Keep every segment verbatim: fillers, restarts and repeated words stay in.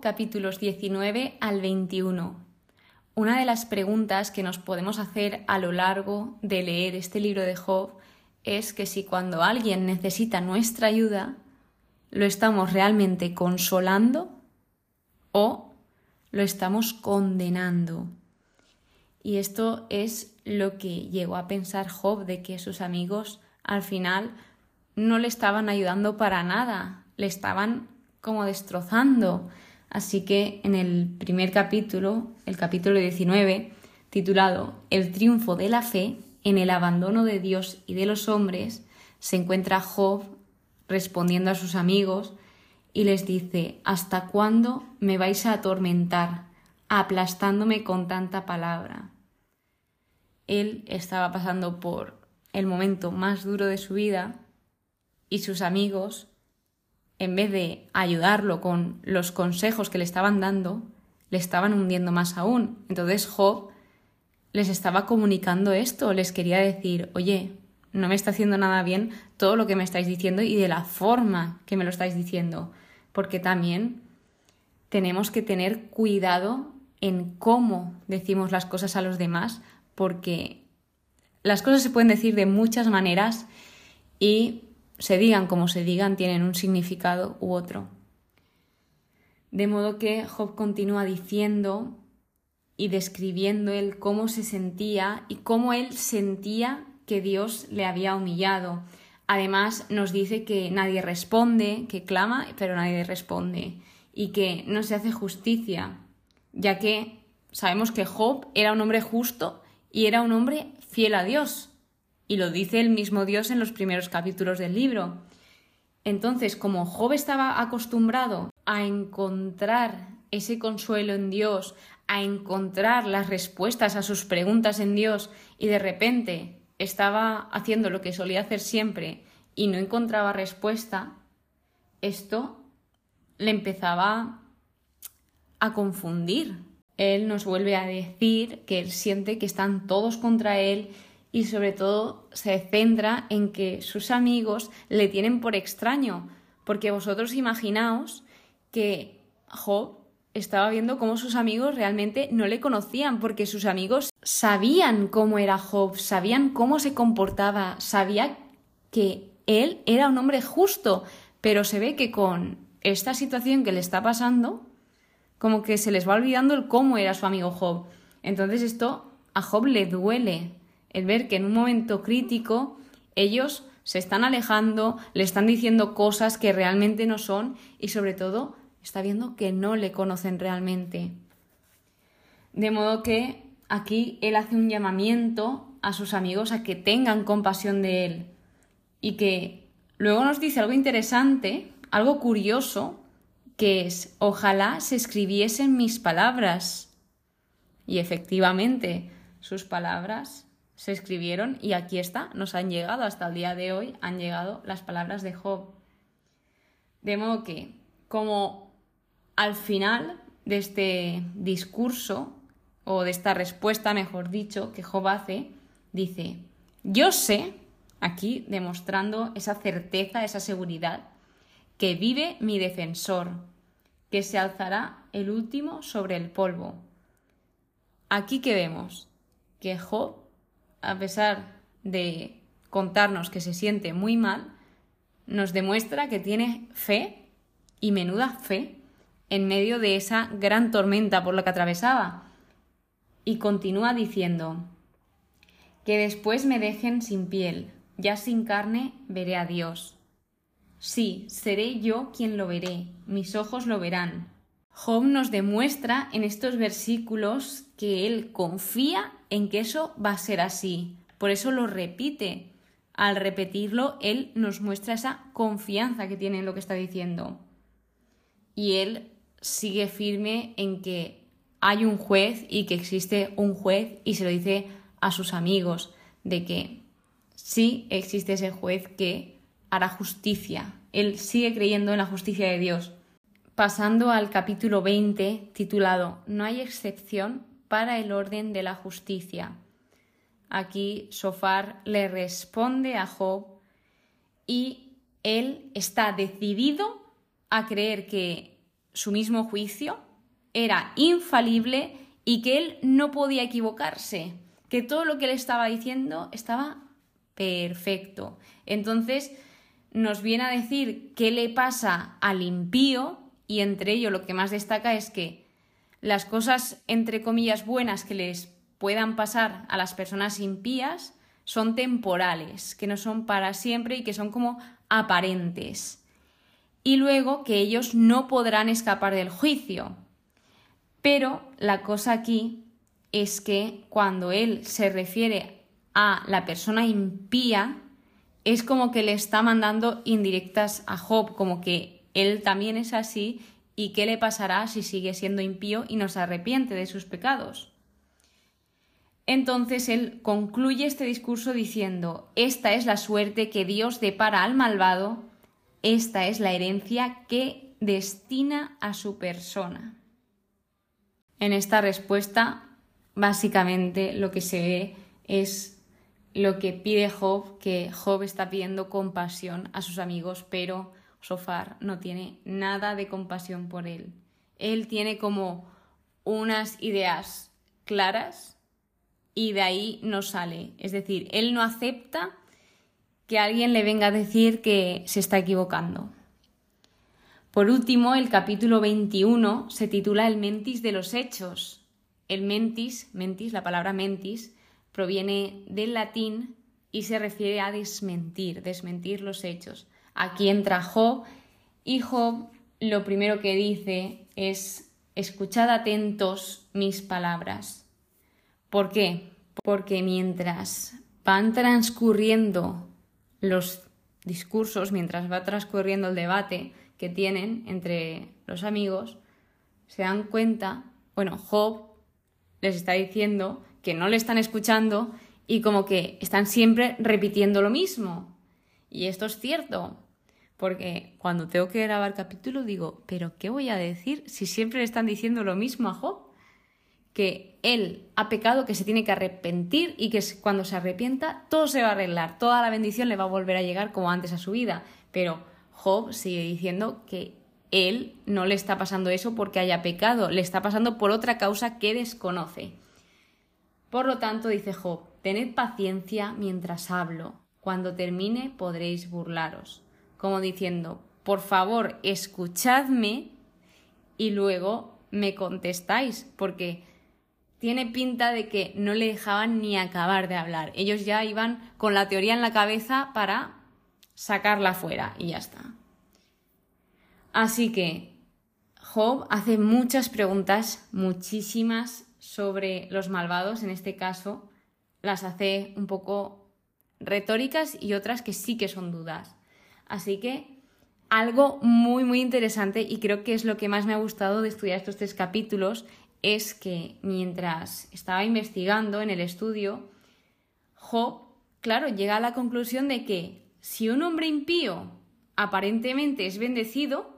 capítulos diecinueve al veintiuno. Una de las preguntas que nos podemos hacer a lo largo de leer este libro de Job es que si cuando alguien necesita nuestra ayuda, ¿lo estamos realmente consolando o lo estamos condenando? Y esto es lo que llegó a pensar Job, de que sus amigos al final no le estaban ayudando para nada, le estaban como destrozando. Así que en el primer capítulo, el capítulo diecinueve, titulado El triunfo de la fe en el abandono de Dios y de los hombres, se encuentra Job respondiendo a sus amigos y les dice: ¿hasta cuándo me vais a atormentar, aplastándome con tanta palabra? Él estaba pasando por el momento más duro de su vida y sus amigos, en vez de ayudarlo con los consejos que le estaban dando, le estaban hundiendo más aún. Entonces Job les estaba comunicando esto, les quería decir: oye, no me está haciendo nada bien todo lo que me estáis diciendo y de la forma que me lo estáis diciendo, porque también tenemos que tener cuidado en cómo decimos las cosas a los demás, porque las cosas se pueden decir de muchas maneras y se digan como se digan, tienen un significado u otro. De modo que Job continúa diciendo y describiendo él cómo se sentía y cómo él sentía que Dios le había humillado. Además nos dice que nadie responde, que clama, pero nadie responde, y que no se hace justicia, ya que sabemos que Job era un hombre justo y era un hombre fiel a Dios, y lo dice el mismo Dios en los primeros capítulos del libro. Entonces, como Job estaba acostumbrado a encontrar ese consuelo en Dios, a encontrar las respuestas a sus preguntas en Dios, y de repente estaba haciendo lo que solía hacer siempre y no encontraba respuesta, esto le empezaba a confundir. Él nos vuelve a decir que él siente que están todos contra él y sobre todo se centra en que sus amigos le tienen por extraño, porque vosotros imaginaos que Job estaba viendo cómo sus amigos realmente no le conocían, porque sus amigos sabían cómo era Job, sabían cómo se comportaba, sabían que él era un hombre justo, pero se ve que con esta situación que le está pasando, como que se les va olvidando el cómo era su amigo Job. Entonces esto a Job le duele, el ver que en un momento crítico ellos se están alejando, le están diciendo cosas que realmente no son y sobre todo está viendo que no le conocen realmente. De modo que aquí él hace un llamamiento a sus amigos a que tengan compasión de él y que luego nos dice algo interesante, algo curioso, que es: ojalá se escribiesen mis palabras. Y efectivamente, sus palabras se escribieron y aquí está, nos han llegado, hasta el día de hoy han llegado las palabras de Job. De modo que, como al final de este discurso, o de esta respuesta, mejor dicho, que Job hace, dice: yo sé, aquí demostrando esa certeza, esa seguridad, que vive mi defensor, que se alzará el último sobre el polvo. Aquí que vemos que Job, a pesar de contarnos que se siente muy mal, nos demuestra que tiene fe, y menuda fe, en medio de esa gran tormenta por la que atravesaba. Y continúa diciendo: que después me dejen sin piel, ya sin carne veré a Dios. Sí, seré yo quien lo veré, mis ojos lo verán. Job nos demuestra en estos versículos que él confía en que eso va a ser así. Por eso lo repite. Al repetirlo, él nos muestra esa confianza que tiene en lo que está diciendo. Y él sigue firme en que hay un juez y que existe un juez, y se lo dice a sus amigos, de que sí existe ese juez que hará justicia. Él sigue creyendo en la justicia de Dios. Pasando al capítulo veinte, titulado No hay excepción para el orden de la justicia. Aquí Sofar le responde a Job y él está decidido a creer que su mismo juicio, era infalible y que él no podía equivocarse, que todo lo que él estaba diciendo estaba perfecto. Entonces nos viene a decir qué le pasa al impío, y entre ello lo que más destaca es que las cosas, entre comillas, buenas que les puedan pasar a las personas impías son temporales, que no son para siempre y que son como aparentes. Y luego que ellos no podrán escapar del juicio. Pero la cosa aquí es que cuando él se refiere a la persona impía, es como que le está mandando indirectas a Job, como que él también es así y qué le pasará si sigue siendo impío y no se arrepiente de sus pecados. Entonces él concluye este discurso diciendo: esta es la suerte que Dios depara al malvado, esta es la herencia que destina a su persona. En esta respuesta, básicamente lo que se ve es lo que pide Job, que Job está pidiendo compasión a sus amigos, pero Sofar no tiene nada de compasión por él. Él tiene como unas ideas claras y de ahí no sale. Es decir, él no acepta que alguien le venga a decir que se está equivocando. Por último, el capítulo veintiuno se titula El mentis de los hechos. El mentis, mentis, la palabra mentis, proviene del latín y se refiere a desmentir, desmentir los hechos. Aquí entra Job y Job lo primero que dice es: escuchad atentos mis palabras. ¿Por qué? Porque mientras van transcurriendo los discursos, mientras va transcurriendo el debate que tienen entre los amigos, se dan cuenta, bueno, Job les está diciendo que no le están escuchando y como que están siempre repitiendo lo mismo. Y esto es cierto, porque cuando tengo que grabar capítulo digo, ¿pero qué voy a decir si siempre le están diciendo lo mismo a Job? Que él ha pecado, que se tiene que arrepentir y que cuando se arrepienta todo se va a arreglar, toda la bendición le va a volver a llegar como antes a su vida. Pero Job sigue diciendo que él no le está pasando eso porque haya pecado, le está pasando por otra causa que desconoce. Por lo tanto, dice Job, tened paciencia mientras hablo, cuando termine podréis burlaros. Como diciendo, por favor, escuchadme y luego me contestáis, porque tiene pinta de que no le dejaban ni acabar de hablar. Ellos ya iban con la teoría en la cabeza para sacarla fuera y ya está. Así que Job hace muchas preguntas, muchísimas, sobre los malvados. En este caso las hace un poco retóricas y otras que sí que son dudas. Así que algo muy muy interesante, y creo que es lo que más me ha gustado de estudiar estos tres capítulos, es que mientras estaba investigando en el estudio, Job, claro, llega a la conclusión de que si un hombre impío aparentemente es bendecido,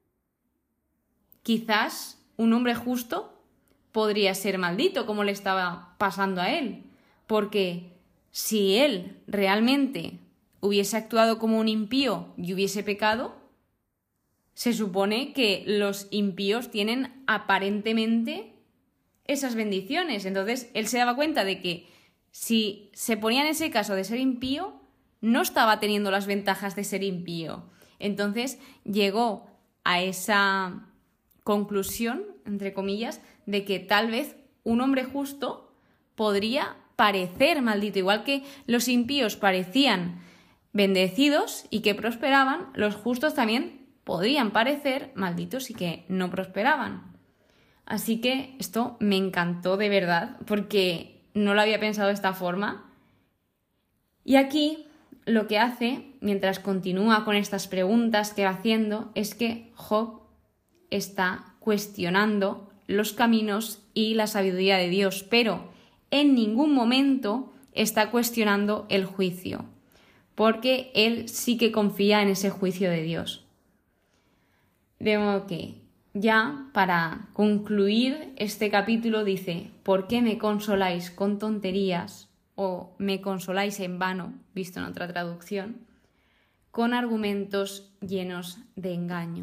quizás un hombre justo podría ser maldito, como le estaba pasando a él. Porque si él realmente hubiese actuado como un impío y hubiese pecado, se supone que los impíos tienen aparentemente esas bendiciones. Entonces él se daba cuenta de que si se ponía en ese caso de ser impío, no estaba teniendo las ventajas de ser impío. Entonces llegó a esa conclusión, entre comillas, de que tal vez un hombre justo podría parecer maldito. Igual que los impíos parecían bendecidos y que prosperaban, los justos también podían parecer malditos y que no prosperaban. Así que esto me encantó de verdad, porque no lo había pensado de esta forma. Y aquí lo que hace, mientras continúa con estas preguntas que va haciendo, es que Job está cuestionando los caminos y la sabiduría de Dios, pero en ningún momento está cuestionando el juicio, porque él sí que confía en ese juicio de Dios. De modo que ya para concluir este capítulo dice: ¿por qué me consoláis con tonterías o me consoláis en vano, visto en otra traducción, con argumentos llenos de engaño?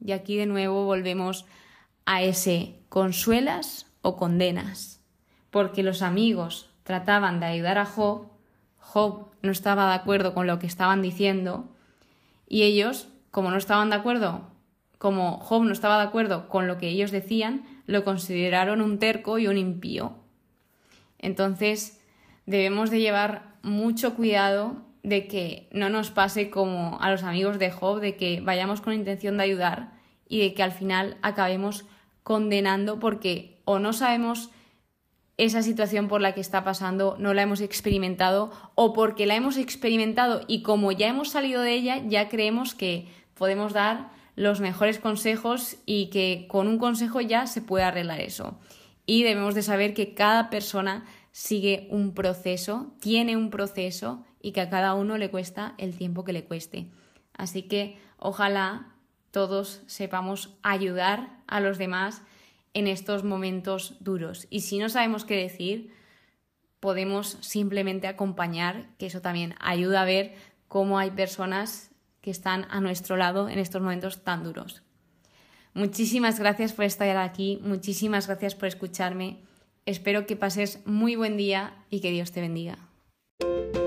Y aquí de nuevo volvemos a ese consuelas o condenas. Porque los amigos trataban de ayudar a Job, Job no estaba de acuerdo con lo que estaban diciendo y ellos, como no estaban de acuerdo, como Job no estaba de acuerdo con lo que ellos decían, lo consideraron un terco y un impío. Entonces debemos de llevar mucho cuidado de que no nos pase como a los amigos de Job, de que vayamos con intención de ayudar y de que al final acabemos condenando porque o no sabemos esa situación por la que está pasando, no la hemos experimentado, o porque la hemos experimentado y como ya hemos salido de ella, ya creemos que podemos dar los mejores consejos y que con un consejo ya se puede arreglar eso. Y debemos de saber que cada persona sigue un proceso, tiene un proceso y que a cada uno le cuesta el tiempo que le cueste. Así que ojalá todos sepamos ayudar a los demás en estos momentos duros. Y si no sabemos qué decir, podemos simplemente acompañar, que eso también ayuda a ver cómo hay personas que están a nuestro lado en estos momentos tan duros. Muchísimas gracias por estar aquí, muchísimas gracias por escucharme. Espero que pases muy buen día y que Dios te bendiga.